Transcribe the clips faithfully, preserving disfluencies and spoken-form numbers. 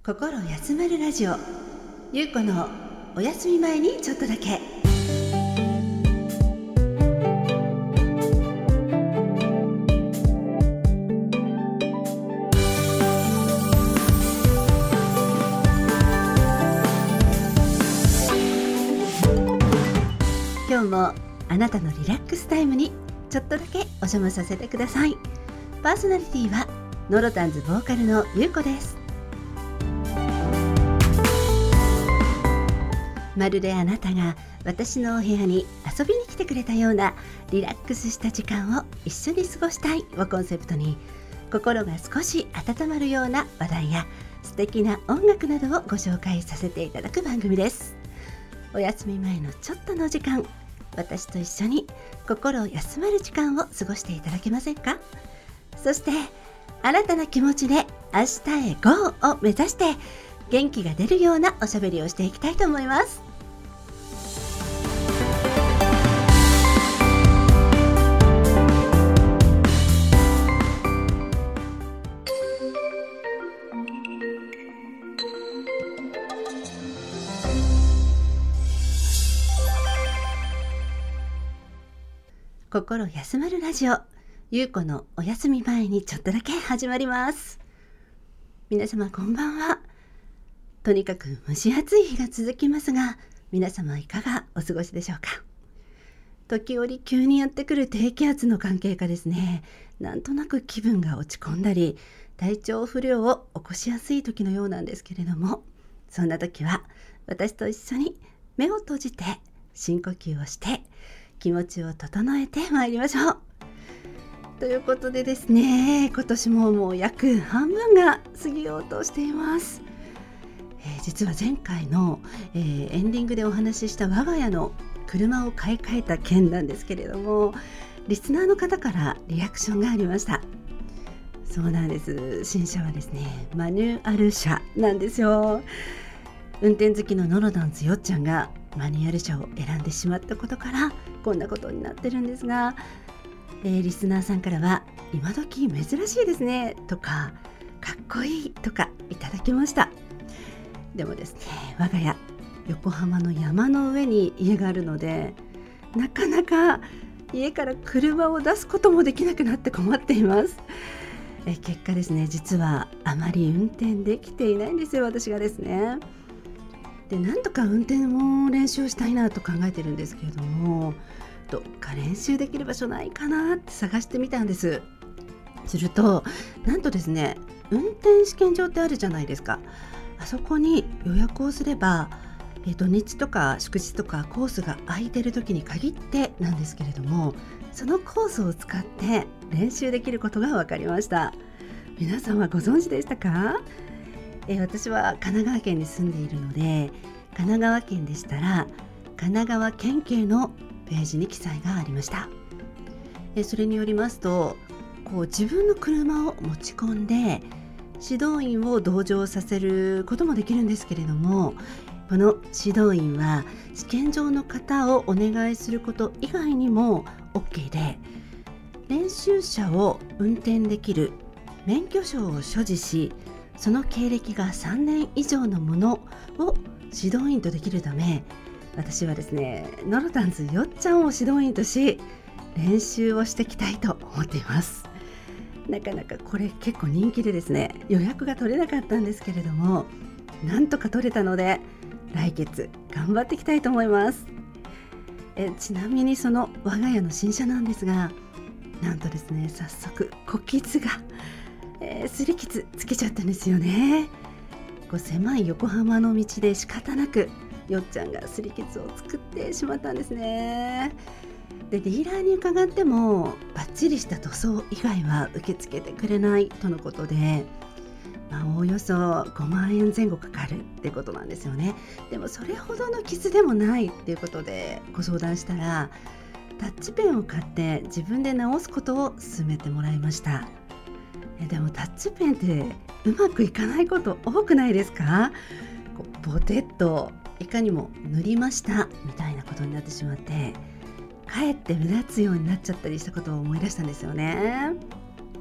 心休まるラジオ、ゆうこのお休み前にちょっとだけ。今日もあなたのリラックスタイムにちょっとだけお邪魔させてください。パーソナリティはノロタンズボーカルのゆうこです。まるであなたが私のお部屋に遊びに来てくれたようなリラックスした時間を一緒に過ごしたいをコンセプトに、心が少し温まるような話題や素敵な音楽などをご紹介させていただく番組です。お休み前のちょっとの時間、私と一緒に心を休まる時間を過ごしていただけませんか？そして新たな気持ちで明日へ ゴー を目指して元気が出るようなおしゃべりをしていきたいと思います。心休まるラジオ、ゆうこのお休み前にちょっとだけ始まります。皆様こんばんは。とにかく蒸し暑い日が続きますが、皆様いかがお過ごしでしょうか。時折急にやってくる低気圧の関係かですね、なんとなく気分が落ち込んだり体調不良を起こしやすい時のようなんですけれども、そんな時は私と一緒に目を閉じて深呼吸をして気持ちを整えてまいりましょう。ということでですね、今年ももう約半分が過ぎようとしています。えー、実は前回の、えー、エンディングでお話しした我が家の車を買い替えた件なんですけれども、リスナーの方からリアクションがありました。そうなんです。新車はですね、マニュアル車なんですよ。運転好きのノロダンスよっちゃんがマニュアル車を選んでしまったことからこんなことになってるんですが、えー、リスナーさんからは今時珍しいですねとかかっこいいとかいただきました。でもですね、我が家横浜の山の上に家があるので、なかなか家から車を出すこともできなくなって困っています。えー、結果ですね、実はあまり運転できていないんですよ、私がですね。で、なんとか運転を練習したいなと考えてるんですけれども、どっか練習できる場所ないかなって探してみたんです。するとなんとですね、運転試験場ってあるじゃないですか。あそこに予約をすれば、え土日とか祝日とかコースが空いてる時に限ってなんですけれども、そのコースを使って練習できることが分かりました。皆さんはご存知でしたか？え私は神奈川県に住んでいるので、神奈川県でしたら神奈川県警のページに記載がありました。えそれによりますと、こう自分の車を持ち込んで指導員を同乗させることもできるんですけれども、この指導員は試験場の方をお願いすること以外にも OK で、練習車を運転できる免許証を所持し、その経歴がさんねん以上のものを指導員とできるため、私はですね、ノロタンズよっちゃんを指導員とし練習をしていきたいと思っています。なかなかこれ結構人気でですね、予約が取れなかったんですけれども、なんとか取れたので来月頑張っていきたいと思います。えちなみにその我が家の新車なんですが、なんとですね、早速小傷がえー、擦り傷つけちゃったんですよね。こう狭い横浜の道で仕方なくよっちゃんが擦り傷を作ってしまったんですね。で、ディーラーに伺ってもバッチリした塗装以外は受け付けてくれないとのことで、まあ、おおよそごまんえん前後かかるってことなんですよね。でもそれほどの傷でもないっていうことでご相談したら、タッチペンを買って自分で直すことを勧めてもらいました。でもタッチペンってうまくいかないこと多くないですか？こうボテッといかにも塗りましたみたいなことになってしまって、かえって目立つようになっちゃったりしたことを思い出したんですよね。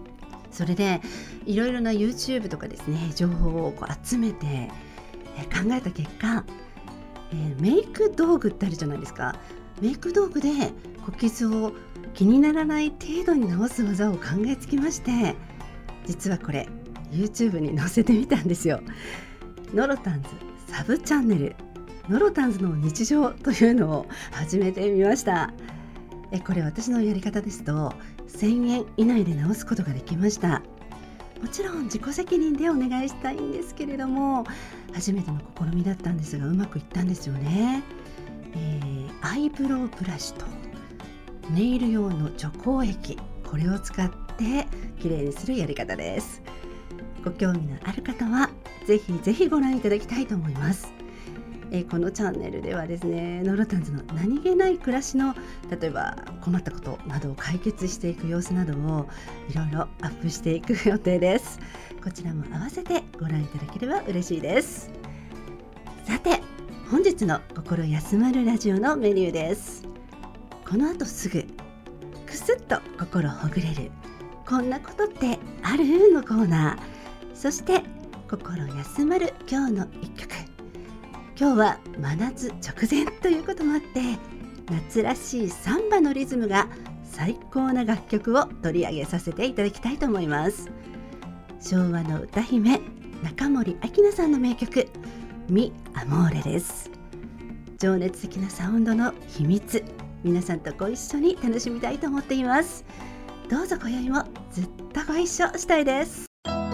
それでいろいろな YouTube とかですね情報をこう集めて、えー、考えた結果、えー、メイク道具ってあるじゃないですか。メイク道具で小傷を気にならない程度に直す技を考えつきまして、実はこれ YouTube に載せてみたんですよ。ノロタンズサブチャンネル、ノロタンズの日常というのを始めてみました。えこれ私のやり方ですとせんえん以内で直すことができました。もちろん自己責任でお願いしたいんですけれども、初めての試みだったんですがうまくいったんですよね。えー、アイブロウブラシとネイル用の除光液、これを使ってきれいにするやり方です。ご興味のある方はぜひぜひご覧いただきたいと思います。えー、このチャンネルではですね、ノロタンズの何気ない暮らしの例えば困ったことなどを解決していく様子などをいろいろアップしていく予定です。こちらも合わせてご覧いただければ嬉しいです。さて、本日の心休まるラジオのメニューです。この後すぐくすっと心ほぐれるこんなことってあるのコーナー、そして心休まる今日の一曲。今日は真夏直前ということもあって夏らしいサンバのリズムが最高な楽曲を取り上げさせていただきたいと思います。昭和の歌姫中森明菜さんの名曲ミ・アモーレです。情熱的なサウンドの秘密、皆さんとご一緒に楽しみたいと思っています。どうぞ今宵もずっとご一緒したいです。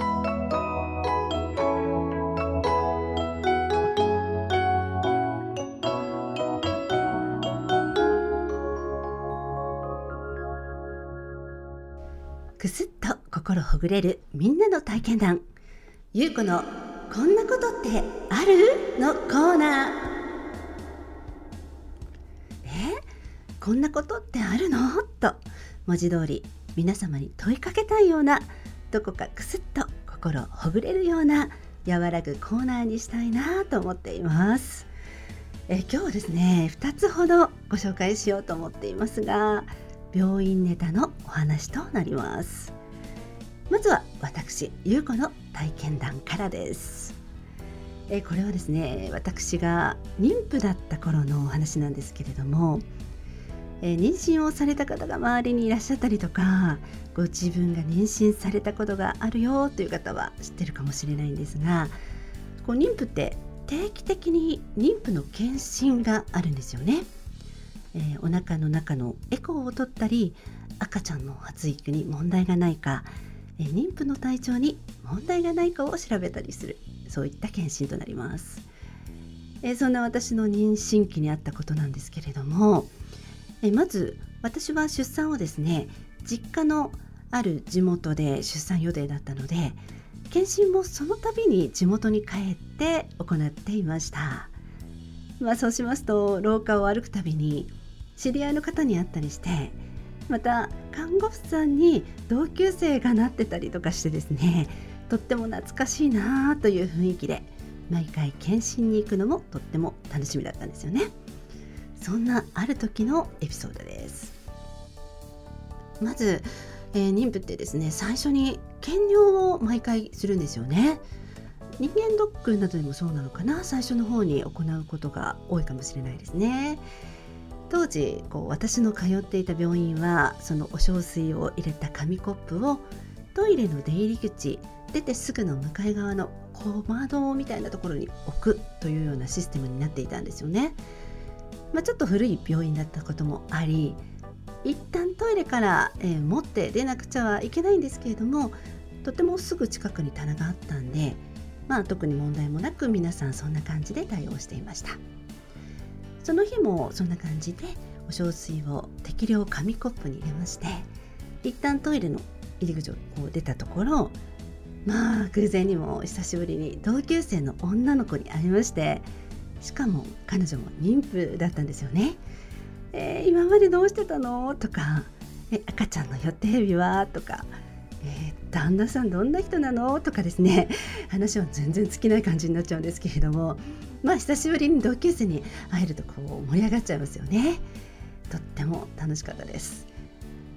くすっと心ほぐれるみんなの体験談、ゆうこのこんなことってあるのコーナー。えこんなことってあるのと文字通り皆様に問いかけたいような、どこかくすっと心ほぐれるような和らぐコーナーにしたいなと思っています。え今日はですねふたつほどご紹介しようと思っていますが、病院ネタのお話となります。まずは私ゆうこの体験談からです。えこれはですね私が妊婦だった頃のお話なんですけれども、え妊娠をされた方が周りにいらっしゃったりとか、ご自分が妊娠されたことがあるよという方は知ってるかもしれないんですが、こう妊婦って定期的に妊婦の検診があるんですよね。えー、お腹の中のエコーを取ったり、赤ちゃんの発育に問題がないか、えー、妊婦の体調に問題がないかを調べたりする、そういった検診となります。えー、そんな私の妊娠期にあったことなんですけれども、えー、まず私は出産をですね実家のある地元で出産予定だったので、検診もその度に地元に帰って行っていました。まあ、そうしますと廊下を歩くたびに知り合いの方に会ったりして、また看護婦さんに同級生がなってたりとかしてですね、とっても懐かしいなという雰囲気で毎回検診に行くのもとっても楽しみだったんですよね。そんなある時のエピソードです。まず、えー、妊婦ってですね最初に検尿を毎回するんですよね。人間ドックなどでもそうなのかな、最初の方に行うことが多いかもしれないですね。当時こう私の通っていた病院はそのお小水を入れた紙コップをトイレの出入り口出てすぐの向かい側の小窓みたいなところに置くというようなシステムになっていたんですよね。まあ、ちょっと古い病院だったこともあり、一旦トイレから、えー、持って出なくちゃはいけないんですけれども、とてもすぐ近くに棚があったんで、まあ、特に問題もなく皆さんそんな感じで対応していました。その日もそんな感じでお小水を適量紙コップに入れまして、一旦トイレの入り口を出たところ、まあ偶然にも久しぶりに同級生の女の子に会いまして、しかも彼女も妊婦だったんですよね。えー、今までどうしてたのとか、え赤ちゃんの予定日はとか、えー、旦那さんどんな人なのとかですね、話は全然尽きない感じになっちゃうんですけれども、まあ久しぶりに同級生に会えるとこう盛り上がっちゃいますよね。とっても楽しかったです。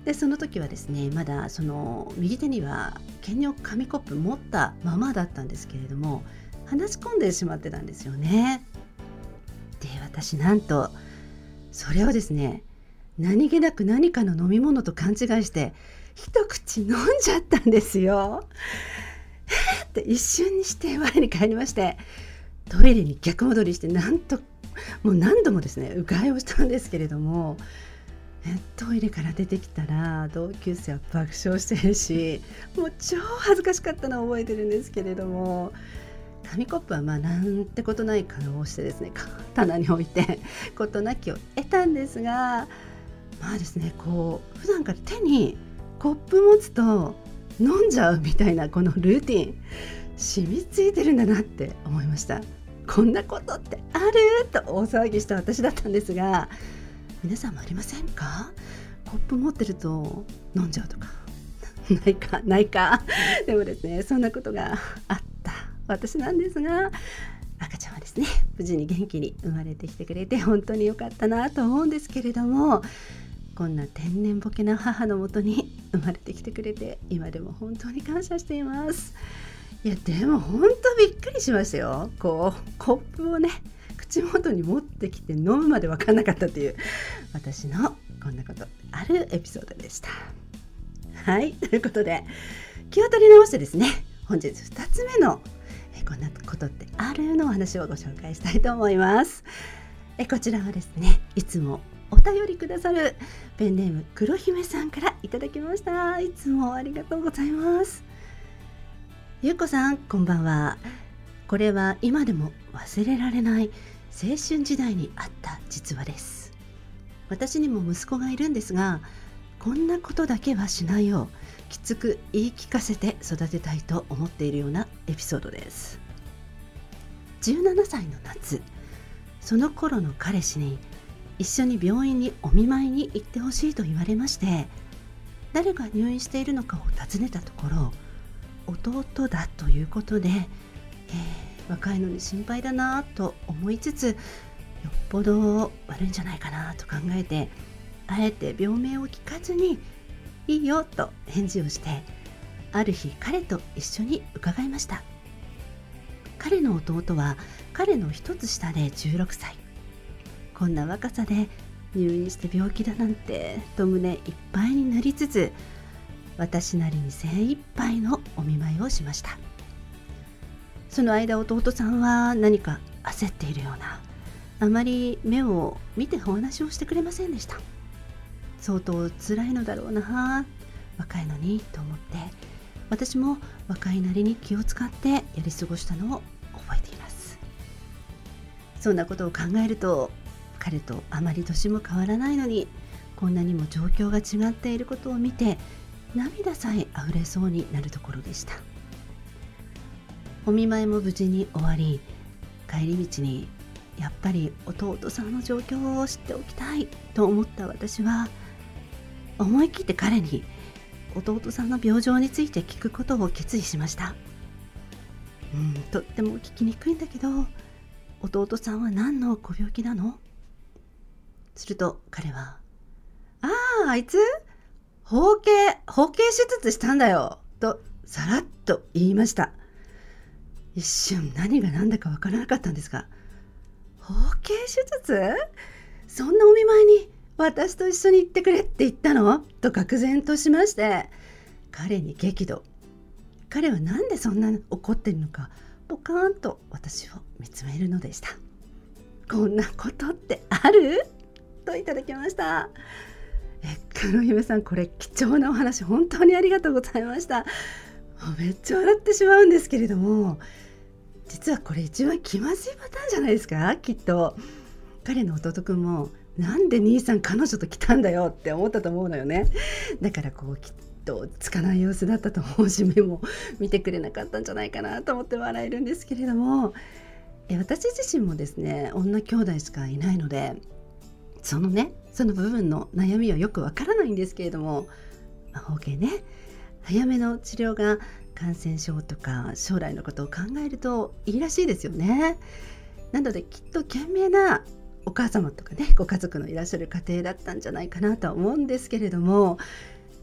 でその時はですね、まだその右手には検尿紙コップ持ったままだったんですけれども、話し込んでしまってたんですよね。で私なんとそれをですね、何気なく何かの飲み物と勘違いして一口飲んじゃったんですよ。えーって一瞬にして我に返りまして、トイレに逆戻りして、なんともう何度もですね迂回をしたんですけれども、トイレから出てきたら同級生は爆笑してるし、もう超恥ずかしかったのを覚えてるんですけれども、紙コップはまあなんてことない顔をしてですね、棚に置いて事なきを得たんですが、まあですね、こう普段から手にコップ持つと飲んじゃうみたいなこのルーティン染みついてるんだなって思いました。こんなことってあると大騒ぎした私だったんですが、皆さんもありませんか？コップ持ってると飲んじゃうとかないかないかでもですね、そんなことがあった私なんですが、赤ちゃんはですね無事に元気に生まれてきてくれて本当に良かったなと思うんですけれども、こんな天然ボケな母のもとに生まれてきてくれて今でも本当に感謝しています。いやでも本当びっくりしましたよ。こうコップをね口元に持ってきて飲むまで分かんなかったという私のこんなことあるエピソードでした。はい、ということで気を取り直してですね、本日ふたつめのえこんなことってあるのお話をご紹介したいと思います。えこちらはですね、いつもお便りくださるペンネーム黒姫さんからいただきました。いつもありがとうございます。ゆうこさんこんばんは。これは今でも忘れられない青春時代にあった実話です。私にも息子がいるんですが、こんなことだけはしないようきつく言い聞かせて育てたいと思っているようなエピソードです。じゅうななさいの夏、その頃の彼氏に一緒に病院にお見舞いに行ってほしいと言われまして、誰が入院しているのかを尋ねたところ、弟だということで、えー、若いのに心配だなと思いつつ、よっぽど悪いんじゃないかなと考えて、あえて病名を聞かずにいいよと返事をして、ある日彼と一緒に伺いました。彼の弟は彼の一つ下でじゅうろくさい。こんな若さで入院して病気だなんてと胸いっぱいになりつつ、私なりに精一杯のお見舞いをしました。その間弟さんは何か焦っているような、あまり目を見てお話をしてくれませんでした。相当辛いのだろうな、若いのにと思って、私も若いなりに気を使ってやり過ごしたのを覚えています。そんなことを考えると、彼とあまり年も変わらないのにこんなにも状況が違っていることを見て、涙さえ溢れそうになるところでした。お見舞いも無事に終わり、帰り道にやっぱり弟さんの状況を知っておきたいと思った私は、思い切って彼に弟さんの病状について聞くことを決意しました。うん、とっても聞きにくいんだけど、弟さんは何のご病気なの？すると彼は、ああ、あいつ包茎、包茎手術したんだよとさらっと言いました。一瞬何が何だかわからなかったんですが、包茎手術？そんなお見舞いに私と一緒に行ってくれって言ったの？と愕然としまして、彼に激怒。彼はなんでそんな怒ってるのか、ポカーンと私を見つめるのでした。こんなことってある？といただきました。え黒姫さん、これ貴重なお話本当にありがとうございました。めっちゃ笑ってしまうんですけれども、実はこれ一番気まずいパターンじゃないですか。きっと彼の弟くんも、なんで兄さん彼女と来たんだよって思ったと思うのよね。だからこうきっとつかない様子だったと思うし、目も見てくれなかったんじゃないかなと思って笑えるんですけれども、え私自身もですね、女兄弟しかいないので、そのねその部分の悩みはよくわからないんですけれども、まあ、包茎ね、早めの治療が感染症とか将来のことを考えるといいらしいですよね。なのできっと賢明なお母様とかね、ご家族のいらっしゃる家庭だったんじゃないかなとは思うんですけれども、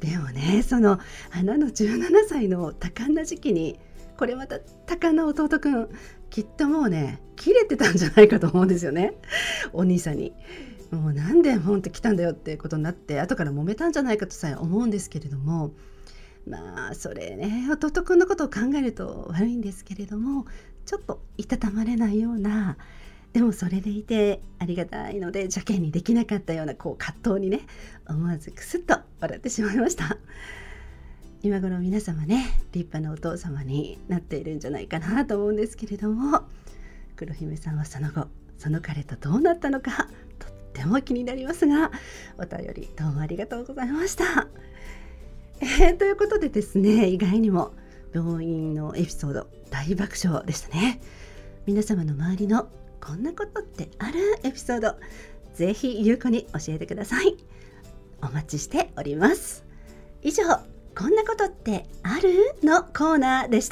でもね、その花のじゅうななさいの多感な時期に、これまた多感な弟くん、きっともうね切れてたんじゃないかと思うんですよね。お兄さんにもうなんでポンって来たんだよってことになって、後から揉めたんじゃないかとさえ思うんですけれども、まあそれね、弟くんのことを考えると悪いんですけれども、ちょっといたたまれないような、でもそれでいてありがたいので邪険にできなかったようなこう葛藤にね、思わずクスッと笑ってしまいました。今頃皆様ね、立派なお父様になっているんじゃないかなと思うんですけれども、黒姫さんはその後その彼とどうなったのかとっても気になりますが、お便りどうもありがとうございました。えー、ということでですね、意外にも病院のエピソード大爆笑でしたね。皆様の周りのこんなことってあるエピソード、ぜひゆうこに教えてください。お待ちしております。以上、こんなことってあるのコーナーでした。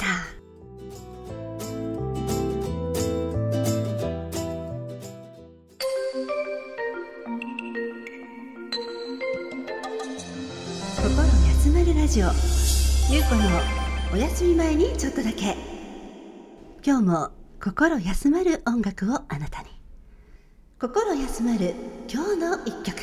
心休まるラジオ、ゆうこのお休み前にちょっとだけ。今日も心休まる音楽をあなたに。心休まる今日の一曲。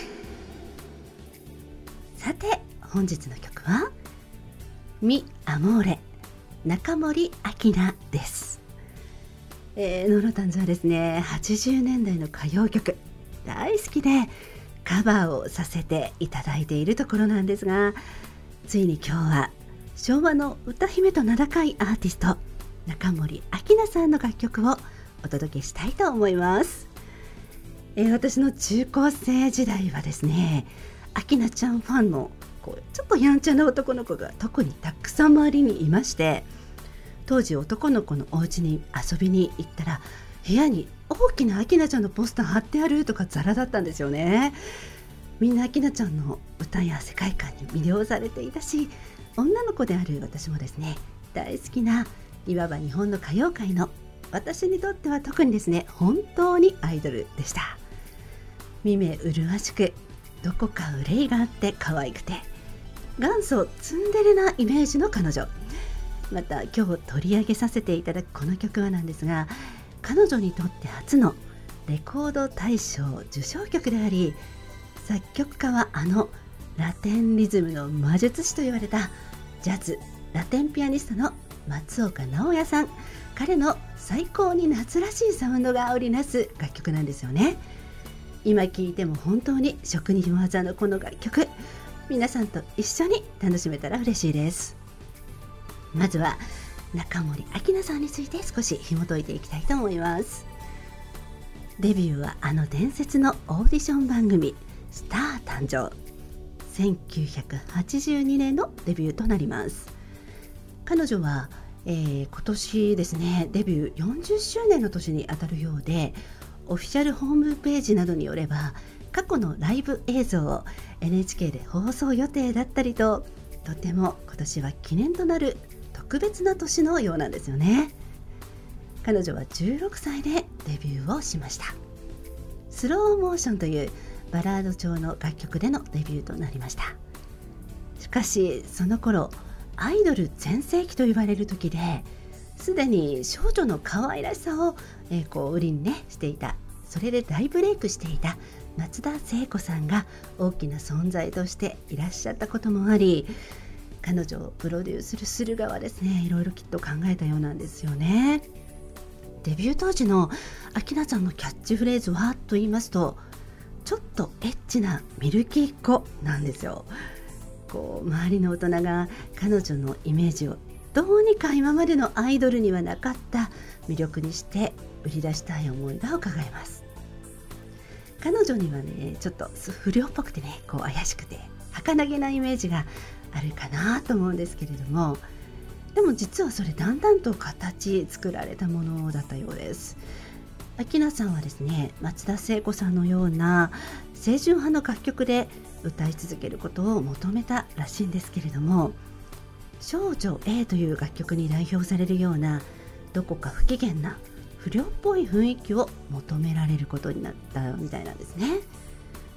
さて本日の曲はミ・アモーレ、中森明菜です。えー、のろたんずはですね、はちじゅうねんだいの歌謡曲大好きでカバーをさせていただいているところなんですが、ついに今日は昭和の歌姫と名高いアーティスト中森明菜さんの楽曲をお届けしたいと思います。えー、私の中高生時代はですね、明菜ちゃんファンのこうちょっとやんちゃな男の子が特にたくさん周りにいまして、当時男の子のお家に遊びに行ったら部屋に大きな明菜ちゃんのポスター貼ってあるとかザラだったんですよね。みんな明菜ちゃんの歌や世界観に魅了されていたし、女の子である私もですね、大好きないわば日本の歌謡界の、私にとっては特にですね、本当にアイドルでした。見目麗しく、どこか憂いがあって可愛くて、元祖ツンデレなイメージの彼女。また今日取り上げさせていただくこの曲はなんですが、彼女にとって初のレコード大賞受賞曲であり、作曲家はあのラテンリズムの魔術師と言われたジャズラテンピアニストの松岡直哉さん、彼の最高に夏らしいサウンドが織りなす楽曲なんですよね。今聴いても本当に職人技のこの楽曲、皆さんと一緒に楽しめたら嬉しいです。まずは中森明菜さんについて少し紐解いていきたいと思います。デビューはあの伝説のオーディション番組スター誕生、せんきゅうひゃくはちじゅうにねんのデビューとなります。彼女は、えー、今年ですね、デビューよんじゅっしゅうねんの年にあたるようで、オフィシャルホームページなどによれば過去のライブ映像を エヌエイチケー で放送予定だったりと、とても今年は記念となる特別な年のようなんですよね。彼女はじゅうろくさいでデビューをしました。スローモーションというバラード調の楽曲でのデビューとなりました。しかしその頃アイドル全盛期と言われる時で、すでに少女の可愛らしさを、えー、こう売りに、ね、していた、それで大ブレイクしていた松田聖子さんが大きな存在としていらっしゃったこともあり、彼女をプロデュースする側はですね、いろいろきっと考えたようなんですよね。デビュー当時の明菜さんのキャッチフレーズはと言いますと、ちょっとエッチなミルキーっ子なんですよ。こう周りの大人が彼女のイメージをどうにか今までのアイドルにはなかった魅力にして売り出したい思いが伺えます。彼女にはね、ちょっと不良っぽくてね、こう怪しくて儚げなイメージがあるかなと思うんですけれども、でも実はそれだんだんと形作られたものだったようです。明菜さんはですね、松田聖子さんのような清純派の楽曲で歌い続けることを求めたらしいんですけれども、少女 A という楽曲に代表されるようなどこか不機嫌な不良っぽい雰囲気を求められることになったみたいなんですね。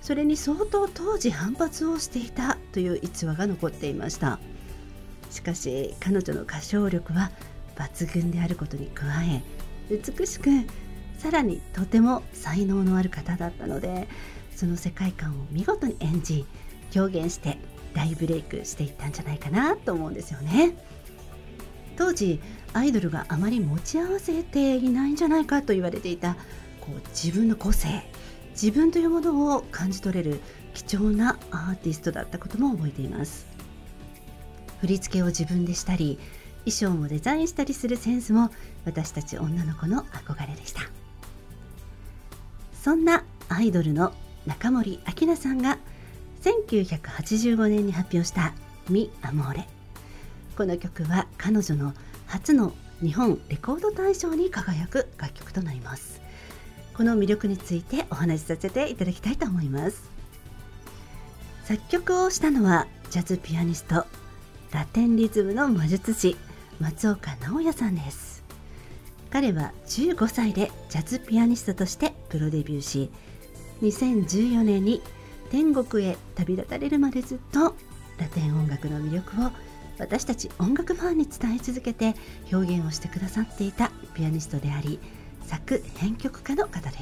それに相当当時反発をしていたという逸話が残っていました。しかし彼女の歌唱力は抜群であることに加え、美しく、さらにとても才能のある方だったので、その世界観を見事に演じ表現して大ブレイクしていったんじゃないかなと思うんですよね。当時アイドルがあまり持ち合わせていないんじゃないかと言われていた、こう自分の個性、自分というものを感じ取れる貴重なアーティストだったことも覚えています。振り付けを自分でしたり、衣装もデザインしたりするセンスも私たち女の子の憧れでした。そんなアイドルの中森明菜さんがせんきゅうひゃくはちじゅうごねんに発表したミ・アモーレ。この曲は彼女の初の日本レコード大賞に輝く楽曲となります。この魅力についてお話しさせていただきたいと思います。作曲をしたのはジャズピアニスト、ラテンリズムの魔術師、松岡直也さんです。彼はじゅうごさいでジャズピアニストとしてプロデビューし、にせんじゅうよねんに天国へ旅立たれるまでずっとラテン音楽の魅力を私たち音楽ファンに伝え続けて表現をしてくださっていたピアニストであり、作編曲家の方です。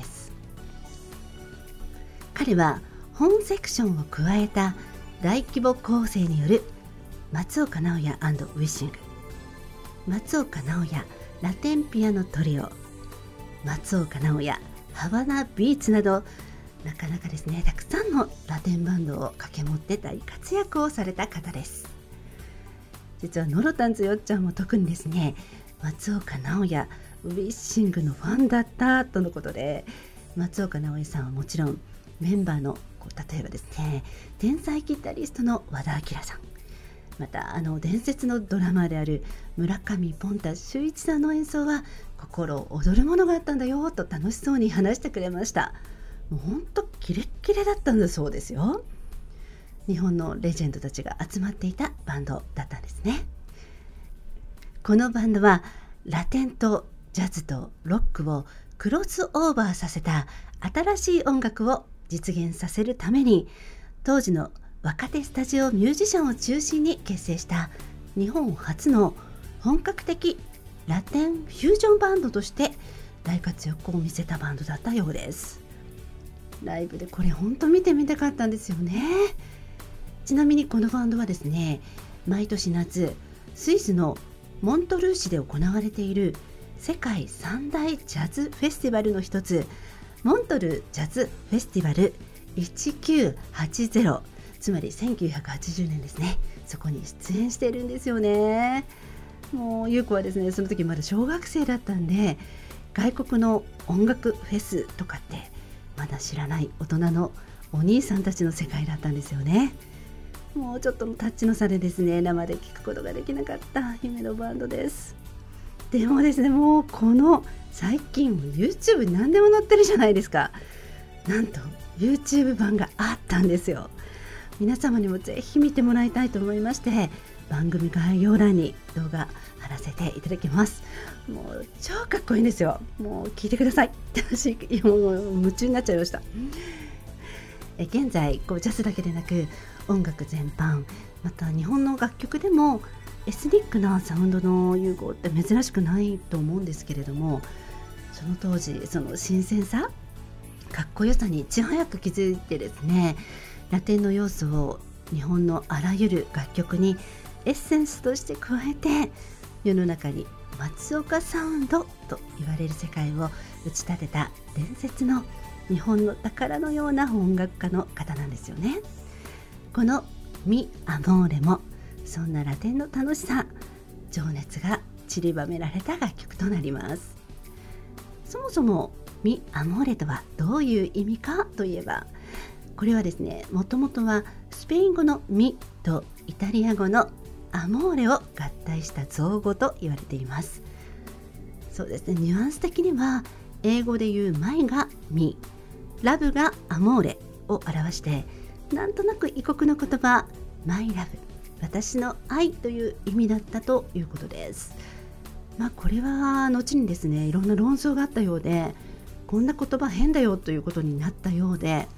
彼は本セクションを加えた大規模構成による松岡直也&ウィッシング、松岡直也ラテンピアノトリオ、松岡直也ハバナビーツなど、なかなかですね、たくさんのラテンバンドを掛け持って大活躍をされた方です。実はノロタンズよっちゃんも特にですね、松岡直也ウィッシングのファンだったとのことで、松岡直也さんはもちろんメンバーのこう例えばですね、天才ギタリストの和田アキラさん、またあの伝説のドラマーである村上ポンタ秀一さんの演奏は心躍るものがあったんだよと楽しそうに話してくれました。もうほんとキレッキレだったんだそうですよ。日本のレジェンドたちが集まっていたバンドだったんですね。このバンドはラテンとジャズとロックをクロスオーバーさせた新しい音楽を実現させるために、当時の若手スタジオミュージシャンを中心に結成した日本初の本格的ラテンフュージョンバンドとして大活躍を見せたバンドだったようです。ライブでこれ本当見てみたかったんですよね。ちなみにこのバンドはですね、毎年夏スイスのモントルーシで行われている世界三大ジャズフェスティバルの一つ、モントルジャズフェスティバルせんきゅうひゃくはちじゅう、つまりせんきゅうひゃくはちじゅうねんですね。そこに出演しているんですよね。もう優子はですね、その時まだ小学生だったんで、外国の音楽フェスとかってまだ知らない大人のお兄さんたちの世界だったんですよね。もうちょっとのタッチの差でですね、生で聴くことができなかった夢のバンドです。でもですね、もうこの最近 YouTube に何でも載ってるじゃないですか。なんと YouTube 版があったんですよ。皆様にもぜひ見てもらいたいと思いまして、番組概要欄に動画貼らせていただきます。もう超かっこいいんですよ。もう聞いてください。私もう夢中になっちゃいました。え現在こうジャズだけでなく音楽全般、また日本の楽曲でもエスニックなサウンドの融合って珍しくないと思うんですけれども、その当時その新鮮さ、かっこよさにいち早く気づいてですね、ラテンの要素を日本のあらゆる楽曲にエッセンスとして加えて、世の中に松岡サウンドと言われる世界を打ち立てた伝説の日本の宝のような音楽家の方なんですよね。このミ・アモーレもそんなラテンの楽しさ、情熱が散りばめられた楽曲となります。そもそもミ・アモーレとはどういう意味かといえば、これはですね、もともとはスペイン語のミとイタリア語のアモーレを合体した造語と言われています。そうですね、ニュアンス的には英語で言うマイがミ、ラブがアモーレを表して、なんとなく異国の言葉マイラブ、私の愛という意味だったということです。まあこれは後にですね、いろんな論争があったようで、こんな言葉変だよということになったようで、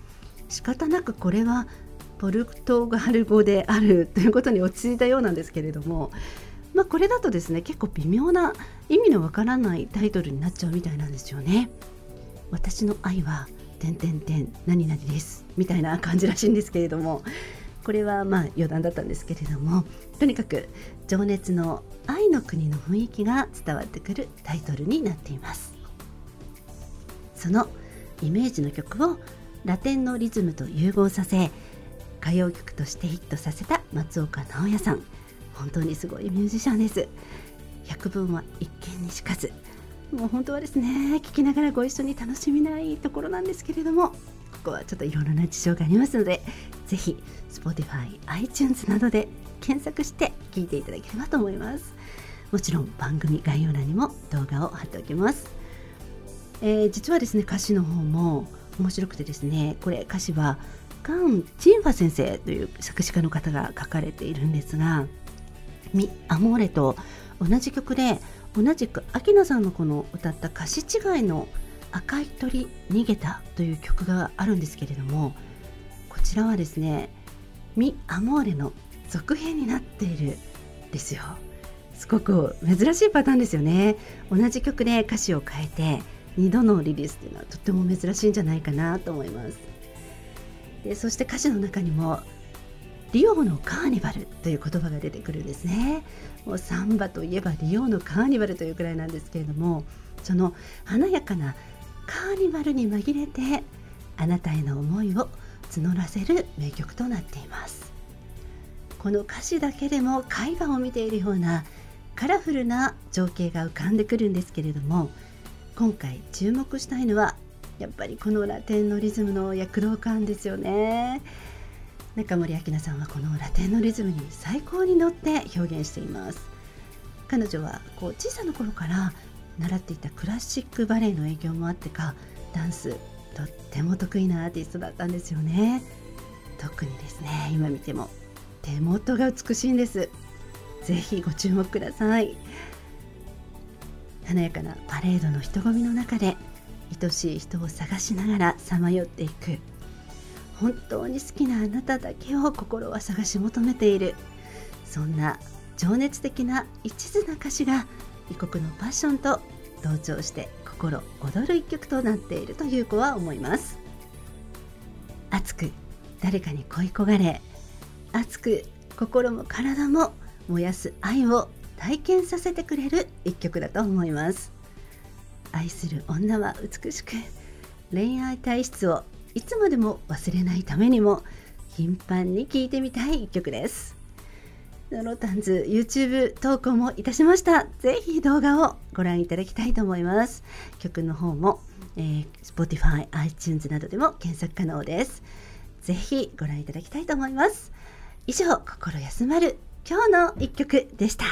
仕方なくこれはポルトガル語であるということに落ち着いたようなんですけれども、まあ、これだとですね結構微妙な意味のわからないタイトルになっちゃうみたいなんですよね。私の愛は点々点何々ですみたいな感じらしいんですけれども、これはまあ余談だったんですけれども、とにかく情熱の愛の国の雰囲気が伝わってくるタイトルになっています。そのイメージの曲をラテンのリズムと融合させ歌謡曲としてヒットさせた松岡直哉さん、本当にすごいミュージシャンです。百聞は一見にしかず、もう本当はですね聴きながらご一緒に楽しみないところなんですけれども、ここはちょっといろいろな事情がありますので、ぜひ Spotify、iTunes などで検索して聴いていただければと思います。もちろん番組概要欄にも動画を貼っておきます。えー、実はですね歌詞の方も面白くてですね、これ歌詞はカン・チンファ先生という作詞家の方が書かれているんですが、ミ・アモーレと同じ曲で同じくアキナさんのこの歌った歌詞違いの赤い鳥逃げたという曲があるんですけれども、こちらはですねミ・アモーレの続編になっているんですよ。すごく珍しいパターンですよね。同じ曲で歌詞を変えてにどのリリースというのはとっても珍しいんじゃないかなと思います。でそして歌詞の中にもリオのカーニバルという言葉が出てくるんですね。もうサンバといえばリオのカーニバルというくらいなんですけれども、その華やかなカーニバルに紛れてあなたへの思いを募らせる名曲となっています。この歌詞だけでも絵画を見ているようなカラフルな情景が浮かんでくるんですけれども、今回注目したいのはやっぱりこのラテンのリズムの躍動感ですよね。中森明菜さんはこのラテンのリズムに最高に乗って表現しています。彼女はこう小さな頃から習っていたクラシックバレエの影響もあってか、ダンスとっても得意なアーティストだったんですよね。特にですね今見ても手元が美しいんです。ぜひご注目ください。華やかなパレードの人混みの中で愛しい人を探しながらさまよっていく、本当に好きなあなただけを心は探し求めている、そんな情熱的な一途な歌詞が異国のパッションと同調して心躍る一曲となっているという子は思います。熱く誰かに恋焦がれ、熱く心も体も燃やす愛を体験させてくれる一曲だと思います。愛する女は美しく、恋愛体質をいつまでも忘れないためにも頻繁に聴いてみたい一曲です。ノロタンズ YouTube 投稿もいたしました。ぜひ動画をご覧いただきたいと思います。曲の方も、えー、Spotify、iTunes などでも検索可能です。ぜひご覧いただきたいと思います。以上、心休まる今日の一曲でした。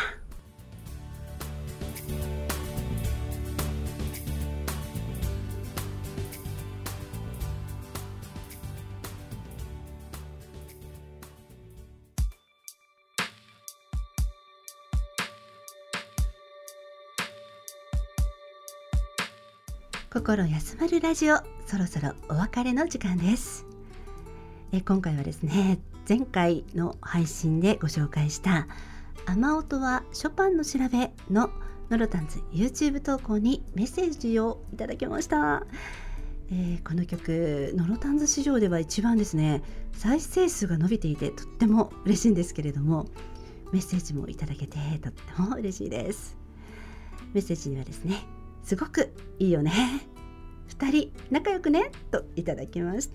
心休まるラジオ、そろそろお別れの時間です。え今回はですね、前回の配信でご紹介した雨音はショパンの調べのノロタンズ YouTube 投稿にメッセージをいただきました。えー、この曲ノロタンズ史上では一番ですね再生数が伸びていてとっても嬉しいんですけれども、メッセージもいただけてとっても嬉しいです。メッセージにはですね、すごくいいよね、ふたり仲良くねといただきました。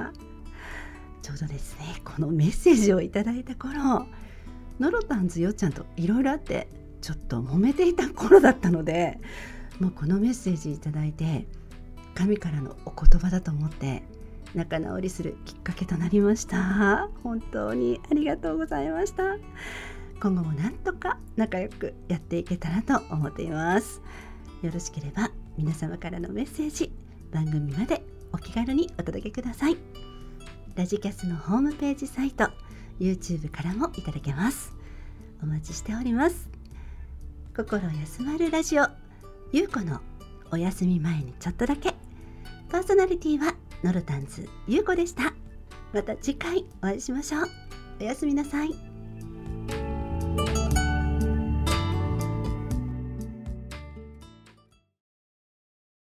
ちょうどですねこのメッセージをいただいた頃、ノロタンズよっちゃんといろいろあってちょっと揉めていた頃だったので、もうこのメッセージいただいて神からのお言葉だと思って仲直りするきっかけとなりました。本当にありがとうございました。今後もなんとか仲良くやっていけたらと思っています。よろしければ皆様からのメッセージ、番組までお気軽にお届けください。ラジキャスのホームページサイト、YouTube からもいただけます。お待ちしております。心休まるラジオ、ゆうこのお休み前にちょっとだけ。パーソナリティはノロタンズゆうこでした。 また次回お会いしましょう。おやすみなさい。